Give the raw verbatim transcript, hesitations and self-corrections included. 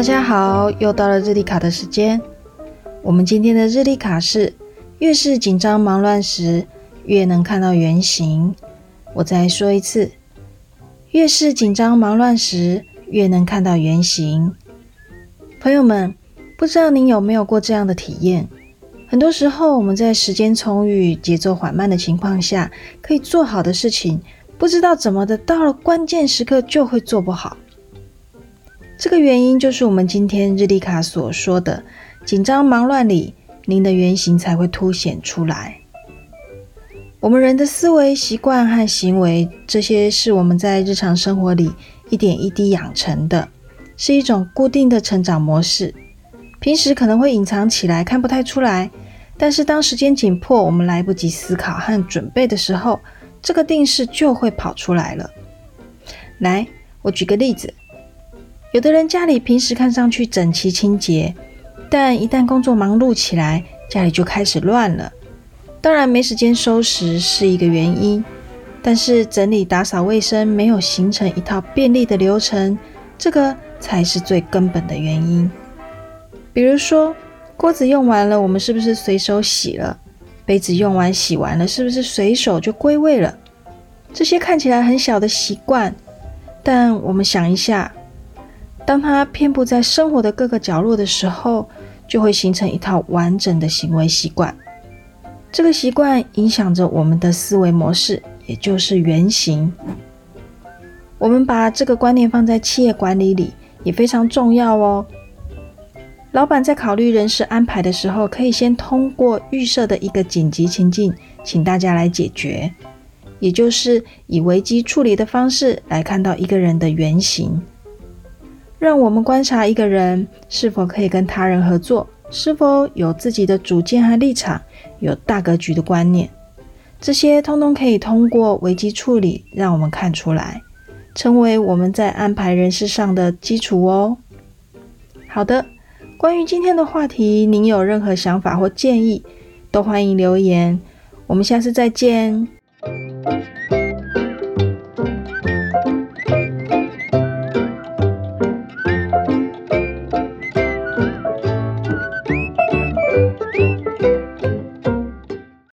家好，又到了日历卡的时间。我们今天的日历卡是越是紧张忙乱时，越能看到原形。我再说一次，越是紧张忙乱时，越能看到原形。朋友们，不知道您有没有过这样的体验？很多时候我们在时间充裕、节奏缓慢的情况下，可以做好的事情，不知道怎么的，到了关键时刻就会做不好。这个原因就是我们今天日历卡所说的，紧张忙乱里，您的原形才会凸显出来。我们人的思维、习惯和行为，这些是我们在日常生活里一点一滴养成的，是一种固定的成长模式。平时可能会隐藏起来，看不太出来，但是当时间紧迫，我们来不及思考和准备的时候，这个定式就会跑出来了。来，我举个例子。有的人家里平时看上去整齐清洁，但一旦工作忙碌起来，家里就开始乱了。当然没时间收拾是一个原因，但是整理打扫卫生没有形成一套便利的流程，这个才是最根本的原因。比如说，锅子用完了，我们是不是随手洗了？杯子用完洗完了，是不是随手就归位了？这些看起来很小的习惯，但我们想一下，当它遍布在生活的各个角落的时候，就会形成一套完整的行为习惯。这个习惯影响着我们的思维模式，也就是原型。我们把这个观念放在企业管理里，也非常重要哦。老板在考虑人事安排的时候，可以先通过预设的一个紧急情境，请大家来解决，也就是以危机处理的方式来看到一个人的原型。让我们观察一个人是否可以跟他人合作，是否有自己的主见和立场，有大格局的观念，这些通通可以通过危机处理让我们看出来，成为我们在安排人事上的基础哦。好的，关于今天的话题，您有任何想法或建议，都欢迎留言。我们下次再见。